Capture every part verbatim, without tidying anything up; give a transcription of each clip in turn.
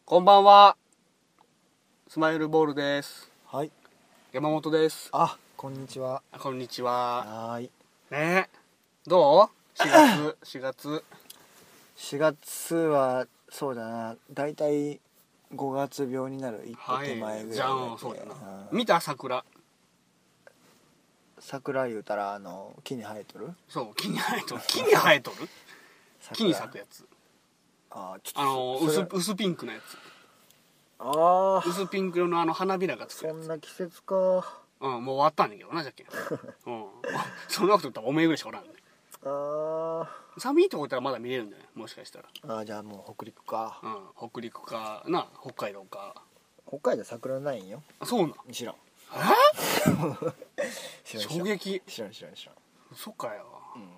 こんばんは。スマイルボールです。 はい。 山本です。 あ、こんにちは。 こんにちは。 はーい。 ねえ。どう ?しがつ、しがつ。 しがつはそうだな。だいたいごがつ病になる一歩手前ぐらいで、 じゃん、そうだな。 うん、 見た桜。 桜言うたらあの木に生えとる。 そう、木に生えとる。木に生えとる。木に咲くやつ。 あー、ちょっとあの薄薄ピンクのやつ。 ああ。 薄ピンク色のあの花びらがつくやつ。 そんな季節か。 うん、もう終わったんだけどな、じゃっけん。うん。そんなこと言ったらおめえぐらいしかおらんね。 あ寒いとこ行ったらまだ見れるんだよね、もしかしたら。 あ。あ、じゃあもう北陸か。 うん、北陸かな、北海道か。 北海道桜ないんよ。 あ、そうなん。 知らん。 え知らん衝撃。 知らん知らん知らん。 そっかよ。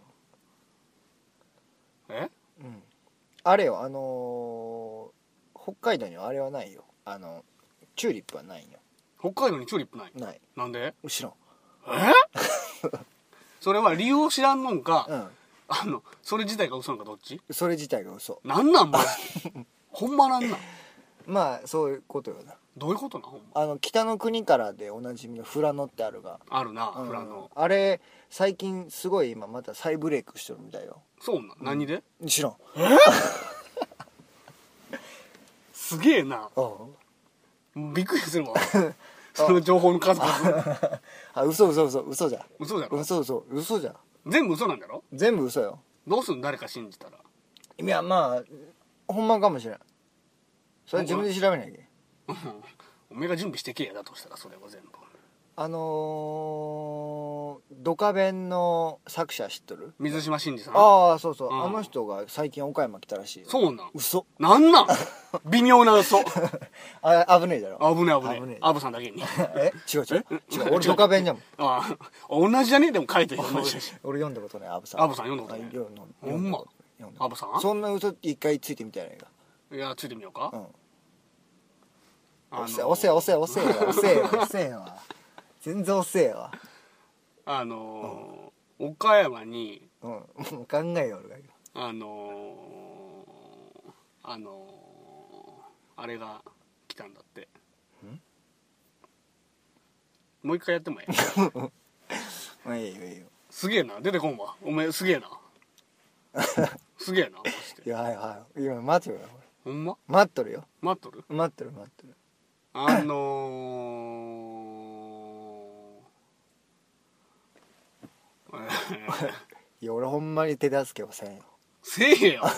うん。 えうん。あれよ、あのー、北海道にはあれはないよ。あのチューリップはないんよ。 北海道にチューリップない。 ない。 なんで？ 知らん。 えそれは理由を知らんのんか、 うん。 あのそれ自体が嘘なんかどっち？ それ自体が嘘。 なんなんマジでほんまなんなん？ まあそういうことよな。 どういうことなほんま。 あの北の国からでおなじみの富良野ってあるが、 あるな、 うん、 富良野。 あれ最近すごい今また再ブレイクしてるみたいよ。 そうなん、何で？ 知らん。 すげえな。 あびっくりするわその情報の数々 あ、嘘嘘嘘嘘じゃ。 嘘だろ。 嘘嘘嘘じゃ。 全部嘘なんだろ。 全部嘘よ。 どうすんの誰か信じたら。 いやまあほんまかもしれん。それ自分で調べなきゃいけない。 おめえが準備してけやだとしたらそれは全部。 あのー、ドカベンの作者知っとる？ 水島新司さん。 ああそうそう、 うん、 あの人が最近岡山来たらしいよ。 そうなん。 嘘。 なんなん微妙な嘘あ、危ねえだろ。 危ねえ危ねえ危ねえアブさんだけにえ違う違う違う。俺ドカベンじゃん。 ああ同じじゃねえ。でも書いてる同じだし。 俺読んだことないアブさん。 アブさん読んだことない。ほんま。アブさんそんな嘘一回ついてみたいな映画。いやついてみようか。 うん。おせおせおせおせおせおせわ全然おせえわ。 あのー、岡山に、 うん、もう考えよ俺があのー、あのー、あれが来たんだって。もう一回やってもええまあいいよいいよ。 すげえな、出てこんわ。おめえすげえなすげえなマジで。 いやはいはい今待ってるよ。 ほんま待っとるよ。 待っとる待ってる待ってる。 あのー、 いや俺ほんまに手助けはせんよ。 せえよ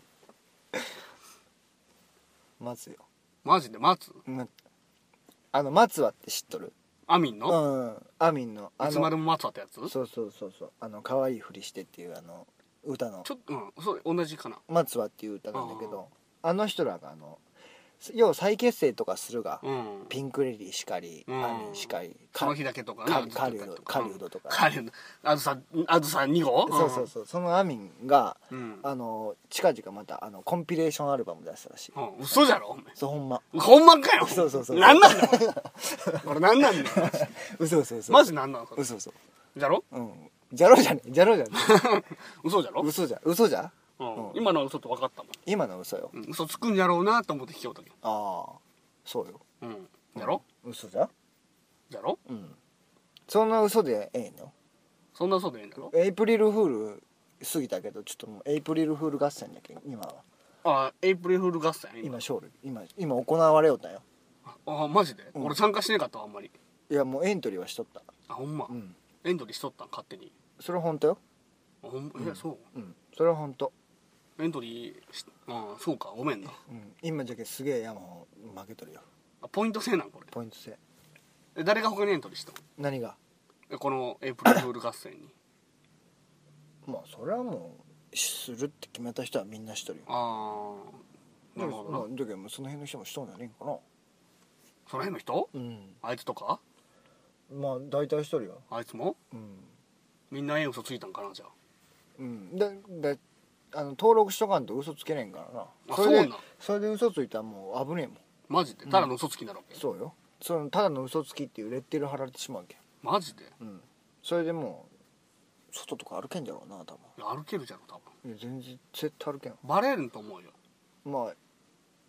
待つよ。 マジで待つ。 まあの松はって知っとる？ アミンの、 うんアミンのあのいつまでも待つわってやつ。 そうそうそうそうあの可愛いふりしてっていうあの歌のちょっとうんそれ同じかな。 松はっていう歌なんだけど、あの人らがあの要は再結成とかするが、 うん、 ピンクレディーしかり、 うん、 アミンしかり、 その日だけとかカカリウドカリウドとか、 カリウドあずさあずさに号。 そうそうそうそのアミンが、 うん、 あの近々またあのコンピレーションアルバム出したらしい。 うん、嘘じゃろお前。 そうほんまほんまかよ。 そうそうそうなんなんだよこれなんなんだよ嘘嘘嘘マジなんなんそれ。 嘘嘘じゃろ。 うんじゃろじゃねじゃろじゃね嘘じゃろ。 嘘じゃ嘘じゃ、 うん、 うん、 今のは嘘と分かったもん。 今の嘘よ、 うん、嘘つくんやろうなと思って聞きよったけど。 ああそうよ、 うん、じゃろ、 嘘じゃじゃろ。 うんそんな嘘でええの？ そんな嘘でいいんだろ。 エイプリルフール過ぎたけどちょっともうエイプリルフール合戦だけど今はあエイプリルフール合戦今今勝利今今行われよったよ。 あマジで、 うん、 俺参加しなかったわあんまり。 いやもうエントリーはしとった。 あほんま、 うん、 エントリーしとったん勝手に。 それは本当よ。 あほんま、えそう、 うん、それは本当。 エントリーしあそうかごめんな、 うん、今じゃけすげえ山を負けとるよ。 あポイント制なんこれ。 ポイント制。 え誰が他にエントリーしたの？ 何が？ えこのエイプリルフール合戦にまあそれはもうするって決めた人はみんなしとるよ。 ああなるほどな。 まあ、だけどもうその辺の人もしとんじゃねえんかな。 その辺の人、 うん、 あいつとかまあ大体しとるよ。 あいつも、 うんみんなええ嘘ついたんかなじゃあ。 うんでであの登録しとかんと嘘つけねえんからな。 あそれでそうなんそれで嘘ついたらもう危ねえもん。 マジでただの嘘つきなのけ、 そうよ。そのただの嘘つきっていうレッテル貼られてしまうけん。 マジでうんそれでもう外とか歩けんじゃろうな多いや歩けるじゃろ多分。 分。いや全然絶対歩けん。 バレると思うよ。 まあ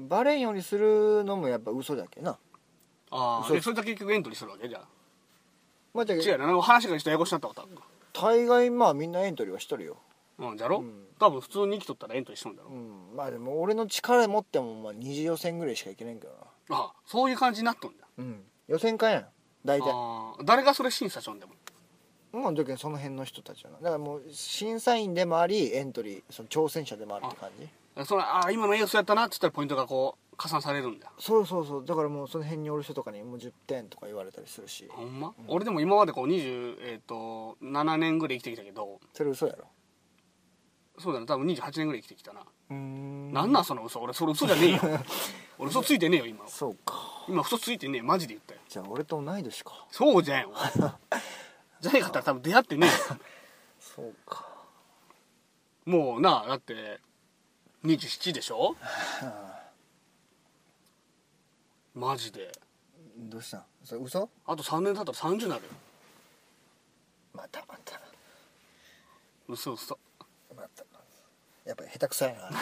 バレんようにするのもやっぱ嘘だっけな。嘘ああでそれと結局エントリーするわけじゃあまあじゃあ違うよななんか話がちょっとややこしなったことあるか大概まあみんなエントリーはしとるよ。 うんじゃろ、 うん多分普通に生きとったらエントリーしとんだろ、 うんまあでも俺の力持ってもまあ二次予選ぐらいしかいけないけどな。 ああそういう感じになっとんだうん予選会やん大体。 ああ誰がそれ審査しょんでもまあだけどその辺の人たちはなだからもう審査員でもありエントリーその挑戦者でもあるって感じ。 そのああ今の映像やったなって言ったらポイントがこう加算されるんだよそうそうそうだからもうその辺におる人とかにもうじゅってんとか言われたりするし。 ほんま、俺でも今までこうにじゅう、えー、とななねんぐらい生きてきたけどそれ嘘やろ。 そうだね多分にじゅうはちねんぐらい生きてきたな、 うーんなんなんその嘘俺それ嘘じゃねえよ俺嘘ついてねえよ今そうか。 今嘘ついてねえマジで言ったよじゃあ俺と同い年か。 そうじゃんよじゃねえかったら多分出会ってねえよそうか。 もうなだってにじゅうななでしょマジでどうしたんそれ嘘。 あとさんねん経ったらさんじゅうになるよまたまた嘘嘘またやっぱり下手くそやな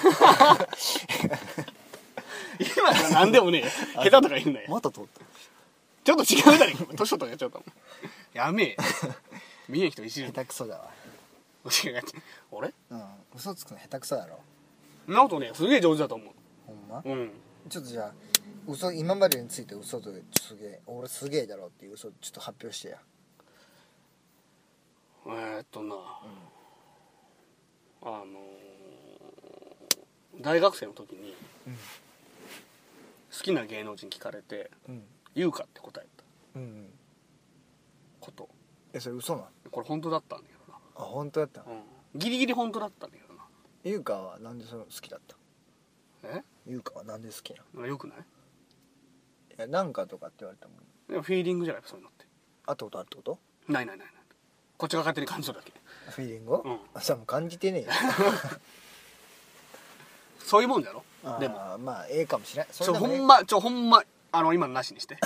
今から何でもねえ下手とか言うなよまた通ったちょっと違うじゃねえか年取ったらやっちゃったもんやめえ見えん人いじる下手くそだわ。 違う俺うん嘘つくの下手くそやろ。 そんなことねすげえ上手だと思ほんまううんちょっとじゃあ嘘今までについて嘘とすげえ俺すげえだろっていう嘘ちょっと発表してや。 えー、っとな、あのー、大学生の時にうん好きな芸能人聞かれてうん優香って答えたうんことえそれ嘘なん。 これ本当だったんだけどなあ本当だったの。 うん、ギリギリ本当だったんだけどな優香はなんでその好きだった。 え優香はなんで好きなの。 よくないいやなんかとかって言われたもん。 でもフィーリングじゃないそういうのって会ったことあるってこと。 ないないないないこっちが勝手に感じただけフィーリングを、 うんあじゃあもう感じてねえよそういうもんだろあでもーまあええかもしれんそちょれでもええほんまちょほんまあの今のなしにして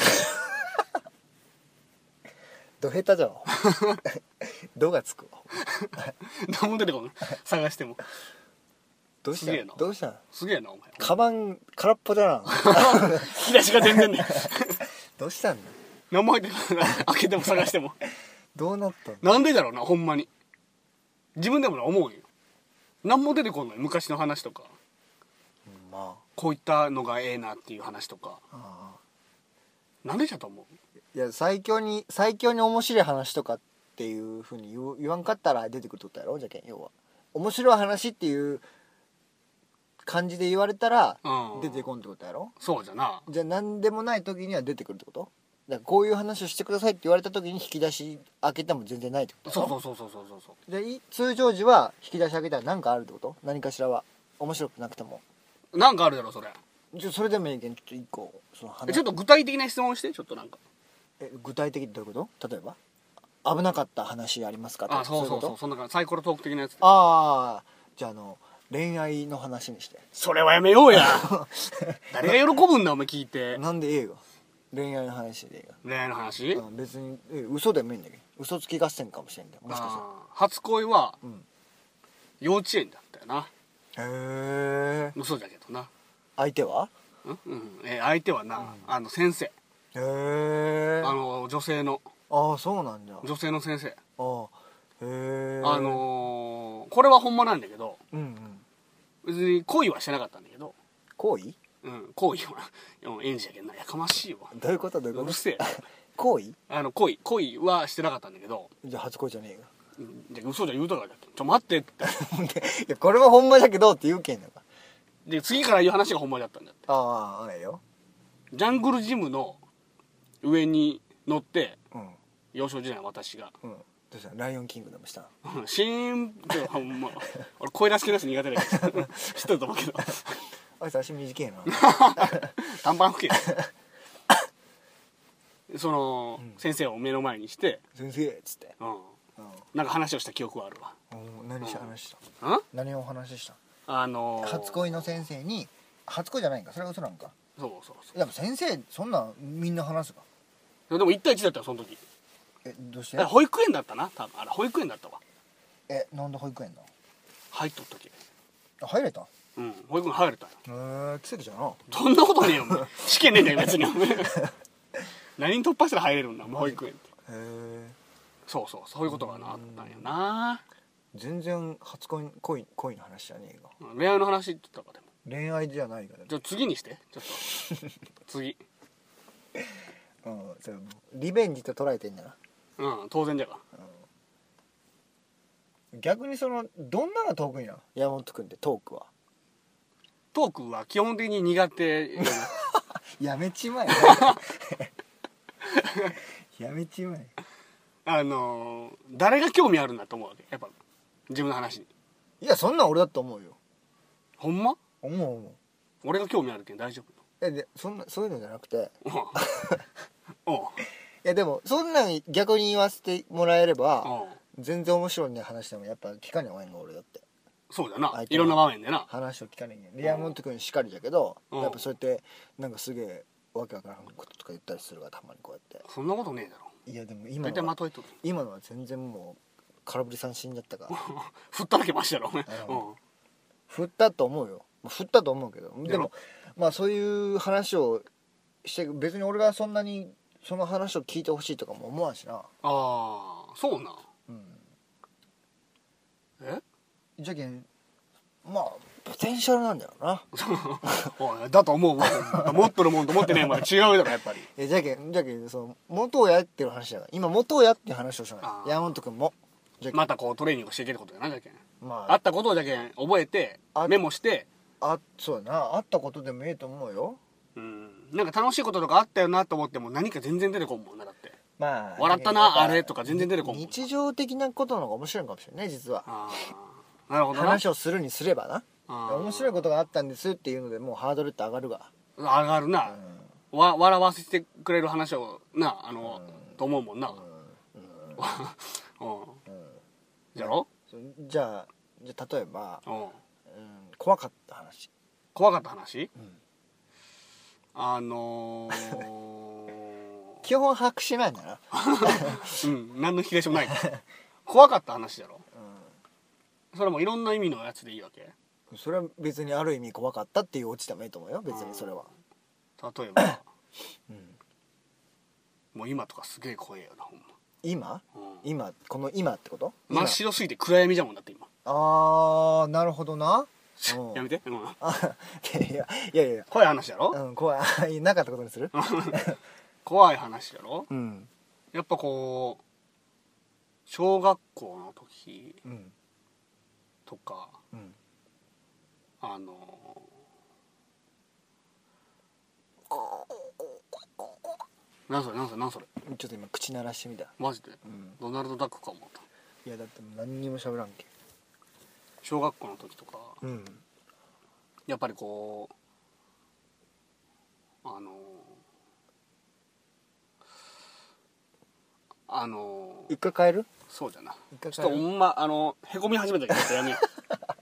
ど下手じゃんどがつくわ何も出てこない探してもどうしたすげえなどうしたんすげえなお前カバン空っぽだな引き出しが全然ねどうしたんだ何も入ってない開けても探してもどうなったんだなんでだろうなほんまに自分でもな思うよ何も出てこんのよ昔の話とかうんまこういったのがええなっていう話とかああなんでじゃと思ういや最強に最強に面白い話とかっていうふうに言う言わんかったら出てくるってことやろじゃけん要は面白い話っていう感じで言われたらうん出てこんってことやろ。 そうじゃなじゃあ何でもない時には出てくるってことだからこういう話をしてくださいって言われた時に引き出し開けても全然ないってことそううそうそうそうそうそうそうでい通常時は引き出し開けたら何かあるってこと何かしらは面白くなくてもなんかあるだろそれちょそれでもいいけんちょっと一個その話えちょっと具体的な質問してちょっとなんかえ具体的ってどういうこと例えば危なかった話ありますかとかあそうそういことそうそんな感じサイコロトーク的なやつああじゃああの恋愛の話にしてそれはやめようや誰が喜ぶんだお前聞いてなんで映画恋愛の話で映恋愛の話画、うん、別にえ嘘でもいいんだけど嘘つき合戦かもしれんだよもしかしたらあー初恋はうん幼稚園だったよなへえ嘘だけどな相手はうん、うんえー相手はな、あの先生へえあの女性のああそうなんだ女性の先生ああへえあのーこれはほんまなんだけどうんうん別に恋はしてなかったんだけど行為うん恋はうん演じやけんなやかましいわどういうことどういうことうるせえ行為あの恋恋はしてなかったんだけどじゃあ初恋じゃねうんじゃあ嘘じゃ言うたからだっけちょ待ってってえがいやこれはほんまだけどって言うけんのかで次から言う話がほんまだったんだってあああれよジャングルジムの上に乗ってうん幼少時代の私がうんどうしたライオンキングでもしたうんシーンってほんま俺声出し系のやつ苦手だけど知ってると思うけどあいつ足短いな短パン吹けその、 うん先生を目の前にして、 先生っつってうん、 うんなんか話をした記憶はあるわうん何し話したうん何をお話ししたあのー、 初恋の先生に初恋じゃないんかそれは嘘なんかそうそうそでも先生そんなんみんな話すかうでもいち対いちだったよその時えどうしてあ保育園だったな多分あれ保育園だったわえなんで保育園なの入っとった時あ入れたうん保育園入れたよ。 へえ奇跡じゃな。 そんなことねえよお前試験ねえんだよ別にお前何に突破したら入れるんだ保育園って。 へえそうそうそういうことがなあったんよな。 全然初恋恋恋の話じゃねえが。 恋愛の話って言ったか。でも恋愛じゃないから。 じゃあ次にしてちょっと次うんそれリベンジと捉えてんだな。 うん当然じゃが。 逆にそのどんなの得意なの山本君ってトークは。 トークは基本的に苦手よなやめちまえやめちまえ。 あのー、誰が興味あるんだと思うわけやっぱ自分の話に。 いやそんなん俺だと思うよ。 ほんま思う思う。 俺が興味あるけん大丈夫。 えでそんなそういうのじゃなくてうんうんいやでもそんなん逆に言わせてもらえればうん全然面白いね話してもやっぱ聞かねえわんが俺だって。 そうだな相手のいろんな場面でな。 話を聞かねえで山本君しかりだけどうんやっぱそうやってなんかすげえわけわからんこととか言ったりするからたまにこうやって。 そんなことねえだろ。 いやでも今大体のはまとえとる今のは全然もう空振り三振だったから振っただけマシだろお前。 うんうん振ったと思うよ振ったと思うけどでやろもまあそういう話をして別に俺がそんなにその話を聞いてほしいとかも思わんしな。 ああそうな。 うんえじゃけんまあポテンシャルなんだよなおいだと思うわ持っとるもんと持ってねえもん違うだろやっぱり。 えじゃけんじゃけんその元をやってる話だから今元をやっていう話をしたのよあー山本君もじゃけんまたこうトレーニングしていけってことだなじゃけん。 まあったことをじゃけん覚えてあメモしてあそうだなあったことでもいいと思うよ。 うんなんか楽しいこととかあったよなと思っても何か全然出てこんもんなだって。 まあ笑ったなあれとか全然出てこんもん。 日常的なことの方が面白いかもしれない実はああなるほどな。 話をするにすればなあー面白いことがあったんですっていうのでもうハードルって上がるが上がるな、わ笑わせてくれる話をなあの、と思うもんな。うんじゃろ。 じゃあじゃあ例えば、 うんうん、怖かった話。 怖かった話、 んあのー、 基本把握しないんだなうん何の引き出しもない怖かった話だろ、それもいろんな意味のやつでいいわけ。 それは別にある意味怖かったっていうオチでもいいと思うよ別にそれは。 例えば、 うん、 もう今とかすげえ怖えよなほんま。 今、 うん今この今ってこと真っ白すぎて暗闇じゃもんだって今。 あーなるほどなやめて、うん、 あいやいやいやいや怖い話だろ、 うん怖いなかったことにする怖い話だろ。 うんやっぱこう小学校の時うんとかうんあのー、なんそれなんそれなんそれちょっと今口鳴らしてみた。 マジで、 うんドナルドダックか思った。 いやだって何にも喋らんけ。 小学校の時とかうんやっぱりこうあのー、あのー、 一回変えるそうじゃな一回ちょっと変えるほんまあのへこみ始めたけどちょっとやめよう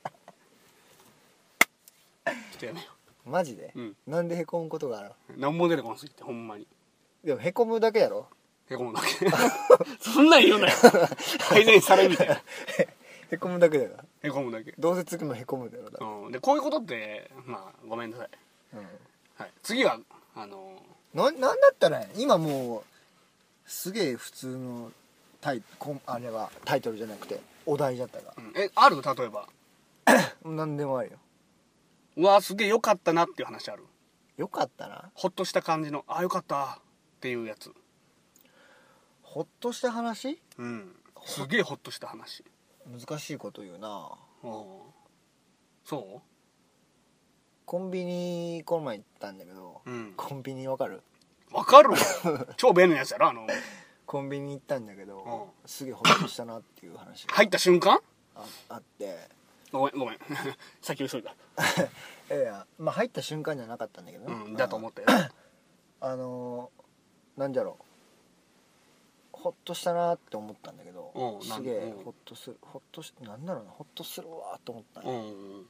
ちょっとやめよマジで、 うんなんでへこむことがあるの。 うなんも出てこなすぎてほんまにでもへこむだけやろ。 へこむだけそんなん言うなよ改善されみたいなへこむだけだからへこむだけ、 どうせ次もへこむだろだから、 うん、でこういうことってまあごめんなさい、 うんはい、次はあのななんだったら今もうすげえ普通のタイこんあれはタイトルじゃなくてお題だったがうん、えある例えば何でもあるよ。 うわすげえよかったなっていう話ある。 よかったな。 ほっとした感じのあよかったっていうやつ。 ほっとした話。 うんすげえほっとした話。 難しいこと言うな。 うんそコンビニこの前行ったんだけど、 ううんコンビニわかる。 わかるわ超便利なやつやろあのコンビニ行ったんだけど、 うすげえほっとしたなっていう話が入った瞬間ああってごめんごめん先急いだいやいやまあ入った瞬間じゃなかったんだけどね、 うんだと思ったよあのー、なんじゃろうほっとしたなって思ったんだけどうんすげえうんほっとするほっとしなんだろうなほっとするわと思ったんや、 うんうん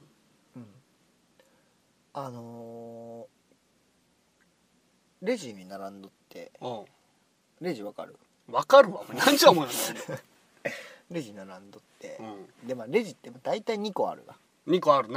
あのー、レジに並んどってうんレジわかる。 わかるわお前何時は思うよレジ並んどって、 うんでまあレジって大体にこあるがにこあるな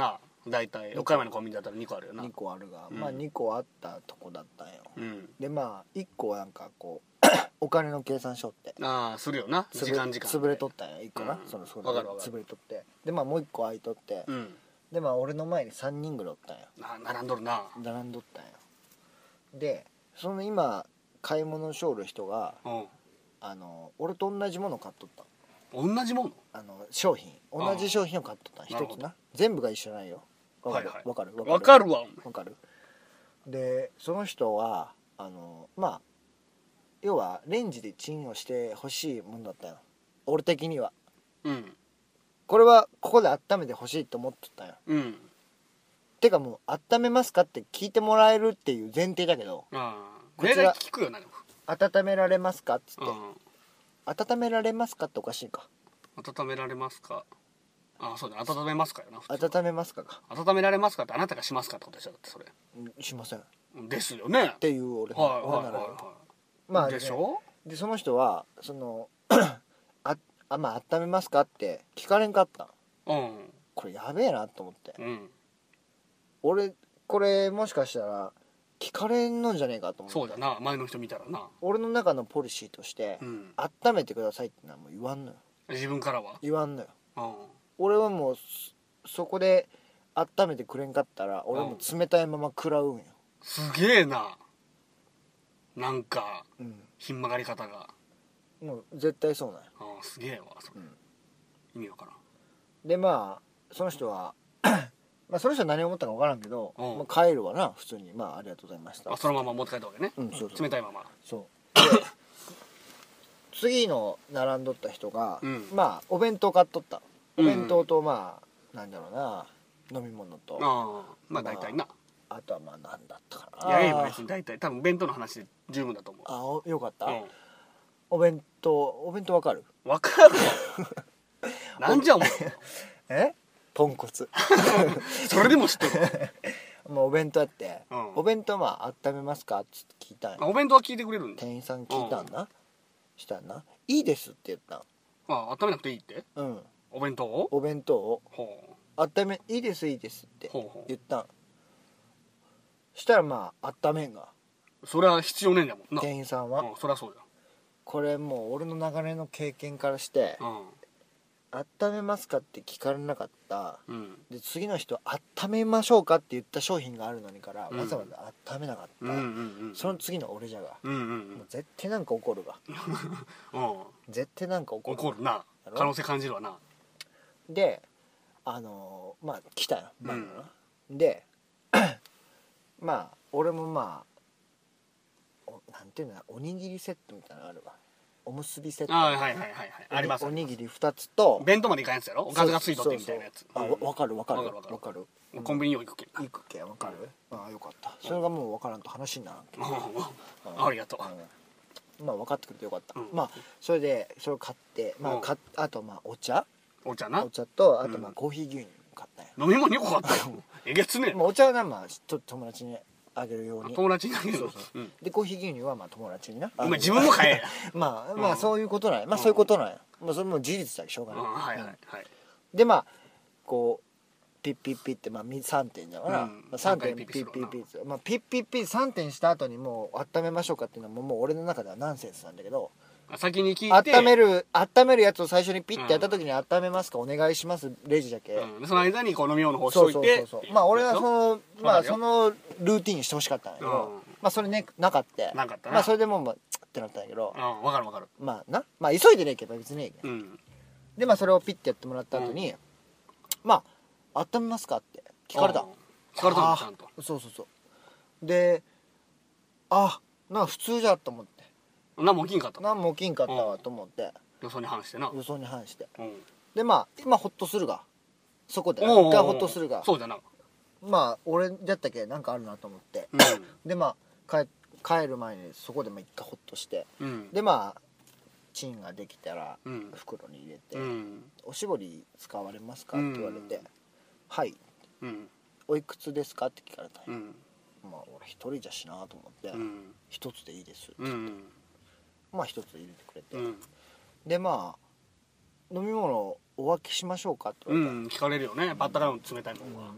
大体岡山のコンビニだったらにこあるよな。 にこあるが、 うんまあにこあったとこだったんよ、 うん、 でまあいっこはなんかこうお金の計算しよってああするよな、時間時間潰れとったんやいっこな、 うんそのそわかるわかる潰れとってでまあもういっこ空いとって、 うん、 でまあ俺の前にさんにんぐらいおったんや、 あ並んどるな。 並んどったんや。でその今買い物しょる人がうんあの俺と同じもの買っとった同じもの。 あの商品同じ商品を買っとったなるほど一つな、全部が一緒なんよ。わかるはいはいわかるわかるわ。 わかる。でその人はあのまあ要はレンジでチンをしてほしいもんだったよ俺的には。 うんこれはここで温めてほしいと思っとったんよ。 うんてかもう温めますかって聞いてもらえるっていう前提だけど、 ああこちら大体聞くよなでも。 温められますかっつって、 う温められますかっておかしいか、 ん温められますか。ああそうだ温めますかよな。普通温めますかか、 温められますかってあなたがしますかってことでしょ。だってそれうんしませんっですよね。 ていう俺,、 はい俺ならよはいはいはまあいでしょ。 でその人はそのああまあ温めますかって聞かれんかったん。 うんこれやべえなと思ってうん俺これもしかしたら聞かれんのんじゃねえかと思ってそうだな前の人見たらな。 俺の中のポリシーとして、 うん温めてくださいってのはもう言わんのよ自分からは。 言わんのよ。 うん俺はもうそそこで温めてくれんかったら俺も冷たいまま食らうんよ。 すげえな。なんかうんひん曲がり方が。 もう絶対そうなんよ。 ああすげえわそれ、 うん意味わからん。 でまあその人はまあその人は何を思ったか分からんけど、 うんまあ、帰るわな普通にまあありがとうございましたあそのまま持って帰ったわけね、 うんそうそう冷たいまま。 そうで次の並んどった人が、 うんまあお弁当買っとったおうん弁当とまあなんだろうな飲み物と、 ああまあ大体な、 あとはまあ何だったかな。 いやいや別に大体多分弁当の話で十分だと思う。 あおよかった、 うんお弁当お弁当わかるわかるわなんじゃお前えポンコツそれでも知ってるもうお弁当やって、 うんお弁当まあ温めますかって聞いたんや。 あお弁当は聞いてくれるんだ。 店員さん聞いたんだ、したんないいですって言ったん。 あ温めなくていいって。 うんお弁当をお弁当をほ温めいいですいいですってうほうほ言ったん。したらまあ温めんがうそれは必要ねえんだもんな。 店員さんは、 うんそりゃそうだ。 これもう俺の流れの経験からしてうん温めますかって聞かれなかったうんで次の人温めましょうかって言った商品があるのにから、 うんわざわざ温めなかった、 うんうんうんその次の俺じゃが、 うんうんもう絶対なんか怒るわうんうん絶対なんか怒る怒るな。 だろ可能性感じるわな。 であのーまあ来たよ前のな、 うんでまあ俺もまあおなんていうのおにぎりセットみたいなのあるわおむすびセットあはいはいはいはいはいありますおにぎりふたつと弁当までいかんやつやろ。おかずがついとってみたいなやつ。 そうそうそうあわわかるわかるわかるわかるわかるうんコンビニよく行くけん行くけわかる、ああよかったそれがもうわからんと話にならんけな。うんありがとう。 うんまあ分かってくれてよかった、 うんまあそれでそれを買って、まあ、 うんかあとまあお茶お茶なお茶とあとまあうんコーヒー牛乳買ったんや、 飲み物にこかったよ。えげつねまあ、お茶はなまあちょっと友達にあげるように友達にあげるのそうそううんでコーヒー牛乳はまあ友達になお前自分も買えや。 まあまうんあそういうことなんやまあそういうことなんや、まあそれも事実だけしょうがうんない、 はいはいはい。 でまあこうピッピッピッってまあさんてんだから、 うんまあ、さんてんさんかいピッピピッピするわなッピッピッまあピッピッピッさんてんした後にもう温めましょうかっていうのはもうもう俺の中ではナンセンスなんだけどあ先に聞いて温める温めるやつを最初にピッてやった時に温めますかお願いしますレジだけ、 うんでその間にこう飲み物欲しそうそうといてそうそうまあ俺はそのまあわかるよそのルーティンにしてほしかったんだけど、 うんまあそれねなかったなかったなまあそれでもうまあチッってなったんだけど、 うんわかるわかる。 まあなまあ急いでねえけば別にねえけど、 うんでまあそれをピッてやってもらった後に、まあ温めますかって聞かれた、 うん聞かれたのあーちゃんと。 そうそうそうであなんか普通じゃと思って何も起きんかった。 何も起きんかったわと思って、 予想に反してな。 予想に反してうんでまあ今ホッとするがそこでおうおうおう一回ホッとするがそうじゃな。 まあ俺だったっけなんかあるなと思ってうんでまあ帰帰る前にそこでも一回ホッとしてうんでまあチンができたらうん袋に入れて、 うんおしぼり使われますかって言われて、 うんはいうんおいくつですかって聞かれたんや、 うんまあ俺一人じゃしなと思ってうん一、つでいいです、 うんまあ一つ入れてくれて、 うんでまあ飲み物お分けしましょうかってう言われて、 ん聞かれるよね。バッタからの冷たいもんは。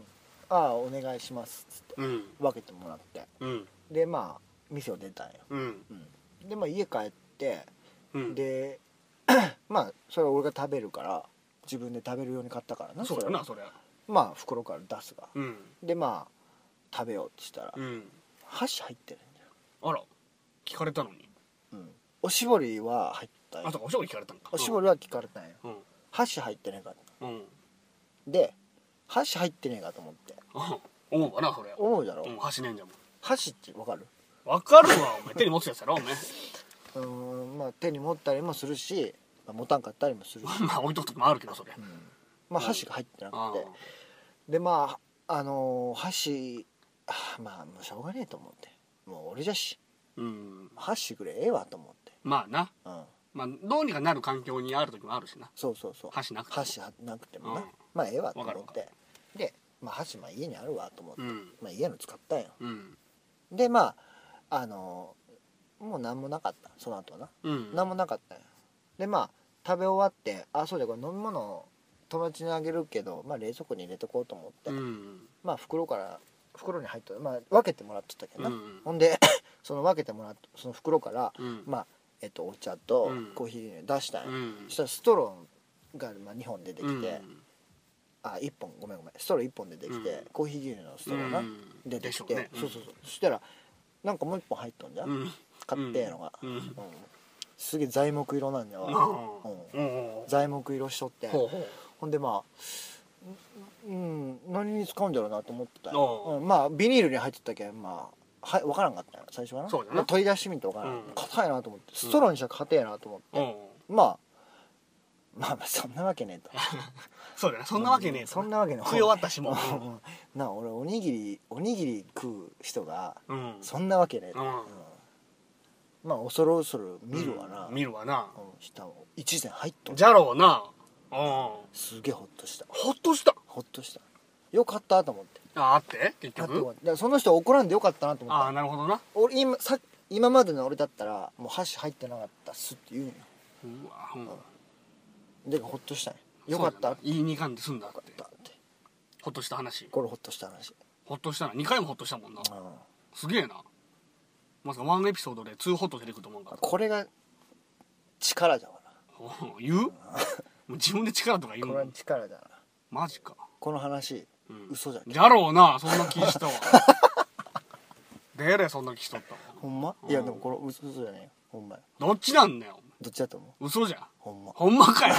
ああお願いしますっつってうん分けてもらって、 うんでまあ店を出たんよ、 うんうん、でまあ家帰ってうんでまあそれは俺が食べるから自分で食べるように買ったからな、 そうだれはなそりゃまあ袋から出すが、 うんでまあ食べようってしたら、 うん箸入ってるんだよ、 あら聞かれたのにうん、おしぼりは入ったんよあとおしぼり聞かれたんかおしぼりは聞かれたんよ、 うん箸入ってねえかうんで箸入ってねえかと思ってうん思うわなそれ思うだろ、 うん箸ねんじゃもん箸って分かる？ わかるわお前手に持つやつやろお前うーんまあ手に持ったりもするし、まあ、持たんかったりもするし、 まあ置いとく時もあるけどそれうん、まあ箸が入ってなあくて、でまああのー箸あーまあもうしょうがねえと思って、もう俺じゃしうん箸くれええわと思って、 まあなうん、 まあどうにかなる環境にある時もあるしなそうそうそう箸なくても箸なくてもな、 うんまあええわと思わかるわってで、まあ、箸まあ家にあるわと思って、 うんまあ、家の使ったんよ。 うんでまああのーもう何もなかったその後はな、 うん何もなかったんよ。でまあ食べ終わってあそうだこれ飲み物友達にあげるけど、まあ、冷蔵庫に入れとこうと思って、 うんまあ袋から袋に入っとまあ分けてもらっとったけどな、 うんほんでその分けてもらったその袋から、 うんまあえっとお茶とうんコーヒー牛乳出したんよ、 うんそしたらストローが、まあ、にほん出てきて、 うんあいっぽんごめんごめんストローいっぽん出てきて、 うんコーヒー牛乳のストローな、 うん出てきて、 でしょうねうんそうそうそうそしたらなんかもういっぽん入っとんじゃん、 うん買ってえのが、 うんうんすげえ材木色なんだよ、うんうん材木色しとってほうほうほんでまあうん何に使うんだろうなと思ってたよ、 おううん、まあビニールに入ってたけんまあはい分からんかったよ最初はなそうだなまあ取り出してみて分からんうん硬、いなと思ってストローにしたら硬いなと思って、 うんまあまあまあそんなわけねえとそうだねそんなわけねえとそんなわけねえ食い終わったしもうんなあ俺おにぎりおにぎり食う人がうんそんなわけねえと、 うんうんまあ恐る恐る見るわな、 うん見るわなうん下を一膳入っとるじゃろうなうんすげえホッとしたほっとしたホッとしたよかったと思ってああって結あとは局だからその人怒らんでよかったなと思っあたあなるほどな俺今さ今までの俺だったらもう箸入ってなかったっすって言うんようわうんでホッとしたんよよかったっていいにかんで済んだってよかったってほっとした話これホッとした話ほっとしたなにかいもほっとしたもんなうんすげえなまさかワンエピソードでツーホット出てくると思うかこれが力だわなら言うもう自分で力とか言うこれはの力だなマジかこの話うん嘘じゃんじゃろうなそんな気したわでれそんな気しとったわほんまいやでもこれ嘘嘘じゃねえよほんまやどっちなんだよどっちだと思う嘘じゃんほんまほんまかよ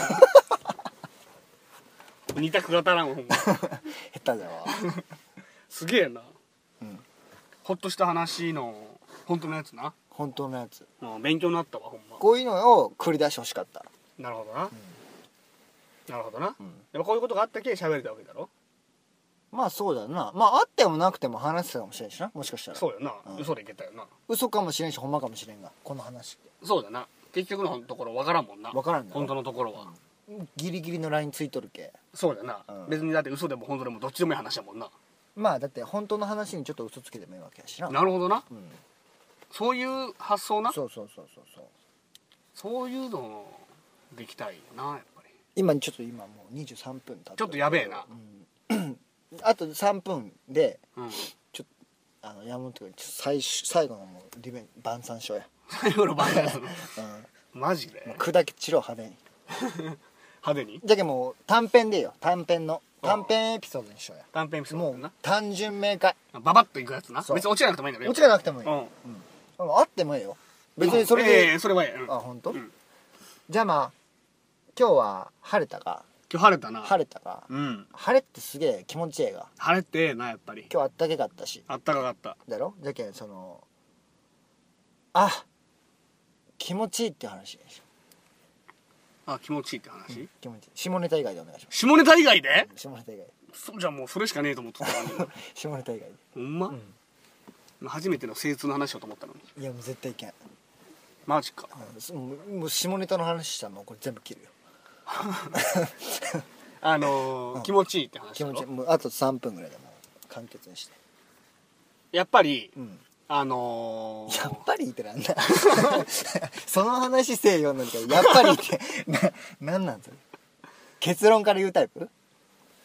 二択が足らんわほんま下手だわすげえなうんほっとした話の本当のやつな本当のやつうん勉強になったわほんまこういうのを繰り出してほしかったなるほどな、なるほどな、 うんやっぱこういうことがあったけ喋れたわけだろまあそうだなまああってもなくても話してたかもしれんしなもしかしたらそうよな、 うん嘘でいけたよな嘘かもしれんしほんまかもしれんがこの話ってそうだな結局のところ分からんもんな分からんだろ本当のところは、 ギリギリのラインついとるけそうだな、 うん別にだって嘘でも本当でもどっちでもいい話だもんなまあだって本当の話にちょっと嘘つけてもいいわけやしななるほどなうんそういう発想なそうそうそうそうそうそういうのできたいよなやっぱり今ちょっと今もうにじゅうさんぷん経ってるちょっとやべえなうんあとさんぷんでうんあの山本君ちょっと最終最後のもうリベン晩餐しようや最後の晩やつうんマジでもう砕け散ろう派手に派手にじゃけもう短編でいいよ短編の短編エピソードにしようや短編エピソードもだなう単純明快ババッといくやつなそう別に落ちなくてもいいんだよ落ちがなくてもいい、 うんうんあってもいいよ別にそれええで、 それはいい、うんあ本当、 うんじゃあまあ今日は晴れたか今日晴れたな晴れたかうん晴れってすげえ気持ちええが晴れってええなやっぱり今日あったけかったしあったかかっただろじゃけんそのあ気持ちいいっていう話でしょあ気持ちいいって話、 気持ちいい下ネタ以外でお願いします下ネタ以外で下ネタ以外でそうじゃもうそれしかねえと思ってたのに下ネタ以外でほんま、 うん初めての精通の話しようと思ったのにいやもう絶対いけん、 マジかうんもうもう下ネタの話したらもうこれ全部切るよあのーうん気持ちいいって話気だろ持ちいいもうあとさんぷんぐらいでもう完結にしてやっぱりうんあのー、 やっぱりってなんだその話せえよんのにかやっぱりってななんなんそれ結論から言うタイプ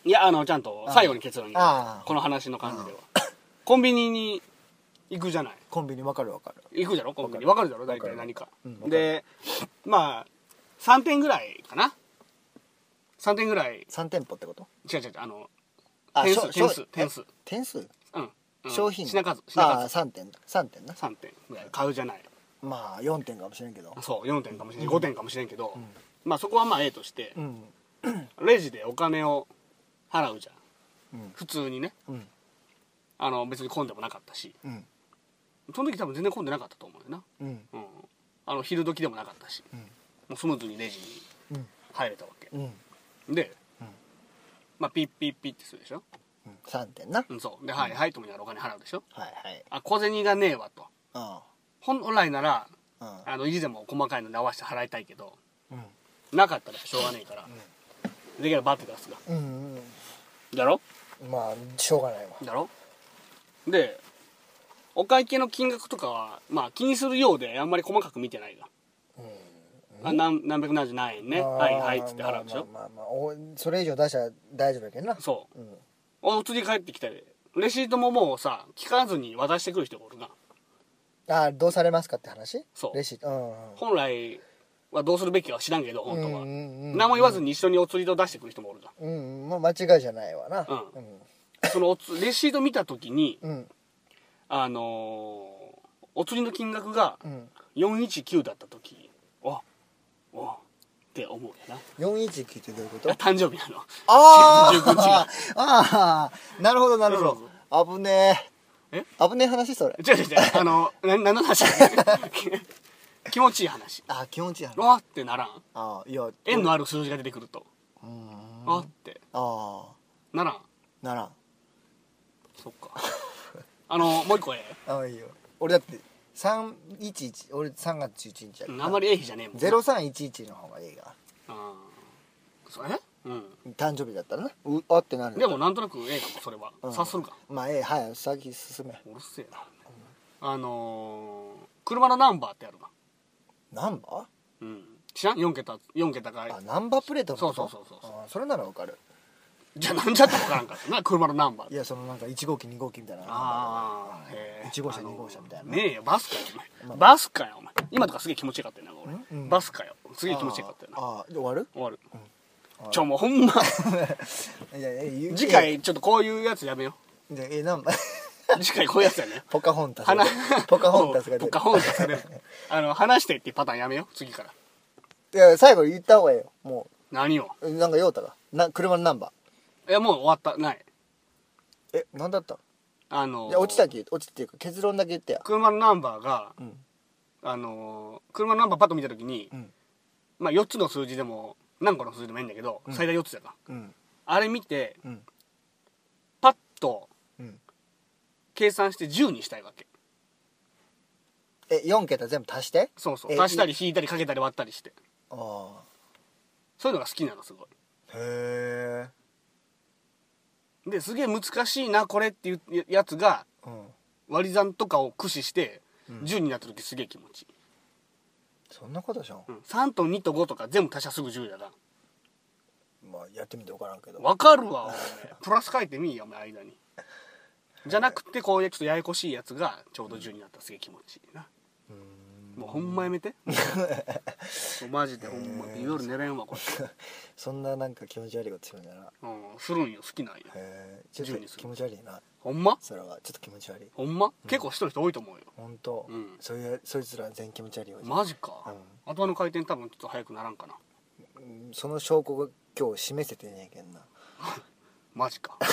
いやあのちゃんと最後に結論言うあーこの話の感じではコンビニに行くじゃないコンビニ分かる分かる行くじゃろコンビニ分かるだろ大わかる体何か、 うんわかるでまあさんてんぐらいかなさんてんぐらいさん店舗ってこと違う違う違うあのあ点数しょ点数え点数点数うん、うん、 商品品数品ああ数さんてんさんてんなさんてんぐらい買うじゃないまあよんてんかもしれんけどそうよんてんかもしれん、ごてんかもしれんけど、 んまあそこはまあ A としてう、んレジでお金を払うじゃんうん普通にねうんあの別に混んでもなかったしうんその時多分全然混んでなかったと思うよな、 うんうん、あの昼時でもなかったし、 うんもうスムーズにレジにうん入れたわけうんで、 うんまあピッピッピッってするでしょ、 さんてんなうん、そうではいはいと思いながらお金払うでしょはいはいあ小銭がねえわとあ本来ならああの意地でも細かいので合わせて払いたいけどうんなかったらしょうがねえから、できればバッて出すがうんうんだろまあしょうがないわだろでお会計の金額とかはまあ気にするようであんまり細かく見てないが、あ何何百何十何円ねはいはいっつって払うでしょ、 まあまあまあまあおそれ以上出したら大丈夫やけどなそううんお釣り帰ってきたでレシートももうさ聞かずに渡してくる人がおるがあどうされますかって話そうレシートうん本来はどうするべきかは知らんけど本当は、 うんうんうん何も言わずに一緒にお釣りと出してくる人もおるがうんうんもう間違いじゃないわなうんそのおつレシート見た時にうんうんあのーお釣りの金額がうんよんいちきゅうだった時おおって思うやなよんいちきゅうってどういうこと誕生日なのあじゅうくにちがあああなるほどなるほど危ねええ危ねえ話それ違う違う違うあのな何の話気持ちいい話あ気持ちいい話わってならんあいや円のある数字が出てくるとうんあってあならんならんそっかあのもう一個えあいいよ俺だってさんいちいち俺さんがつじゅういちにちやからえあんまりええ日じゃねえもんゼロさんいちいちの方がいいがあーそれうん誕生日だったらなうあってなるでもなんとなくええかもそれはうん察するかまあええはい先進めうるせえなあのー車のナンバーってあるわナンバうん知らんよん桁よん桁かーあナンバープレートのことそうそうそうそうあそれならわかるじゃあなんじゃったか分からんかったな車のナンバーいやそのなんかいち号機に号機みたいなああへえいち号車に号車みたいなねえよバスかよお前まあバスかよお前今とかすげえ気持ちよかったよな俺、 うんバスかよすげえ気持ちよかったよなああで終わる終わる、 あちょもうほんまいやいや言う次回ちょっとこういうやつやめよいやえナンバーう次回こういうやつやねポカホンタスが話ポカホンタスが出るポカホンタスが出るあの話してっていうパターンやめよう次からいや最後言った方がいいよも何をうなんか用たがな車のナンバいやもう終わったないーえ何だったあのーいや落ちたっけ落ちたっていうか結論だけ言ってや車のナンバーが、 うんあのー車のナンバーパッと見た時に、 うんまあよっつの数字でも何個の数字でもいいんだけど、 うん最大よっつだからうんあれ見てうんパッとうん計算してじゅうにしたいわけえよん桁全部足してそうそうえ足したり引いたりかけたり割ったりしてああそういうのが好きなのすごいへえですげえ難しいなこれっていうやつがうん割り算とかを駆使してうんじゅうになった時すげえ気持ちいい、 そんなことじゃんうん、さんとにとごとか全部足したらすぐじゅうやなまあやってみて分からんけどわかるわお前プラス書いてみいよお前間にじゃなくてこういうちょっとややこしいやつがちょうどじゅうになったらすげえ気持ちいいなうーんもうほんまやめてもうマジでほんま夜寝れんわこれそんななんか気持ち悪いことするんだなうんするんよ好きなんよへえちょっじゅうにすると気持ち悪いなほんまそれはちょっと気持ち悪いほんま、結構しとる人多いと思うよ本当、 うんそういうそいつら全員気持ち悪いよ、 マジか、 うん頭の回転多分ちょっと早くならんかなうんその証拠が今日示せてねえけんなマジか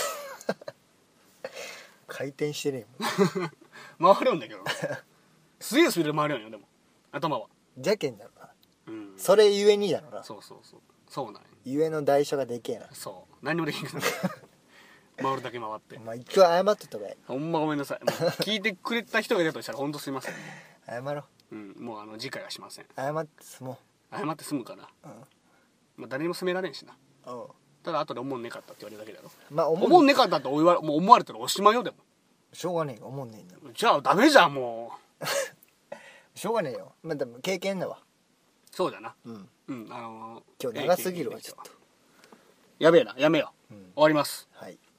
回転してねえもん回るんだけどなすげえスピードで回るんよでも頭はじゃけんだろなうんそれゆえにだろなそうそうそうそうなんよゆえの代償がでけえなそう何にもできんから回るだけ回ってまあ一応謝っとった方がいいほんまごめんなさいもう聞いてくれた人がいたとしたらほんとすいません、 謝ろううん、もうあの次回はしません謝って済も謝って済むかな、 うまあ、誰にも責められんしなうんうんただ後で思んねかったって言われるだけだろまあ思思うんねかったって言われもう思われたらおしまいよでもしょうがねえよ思んねえんだじゃあダメじゃんもうしょうがねえよまあでも経験だわそうだなうんうんあのー今日長すぎるわええちょっとやべえなやめよう終わります。 はい。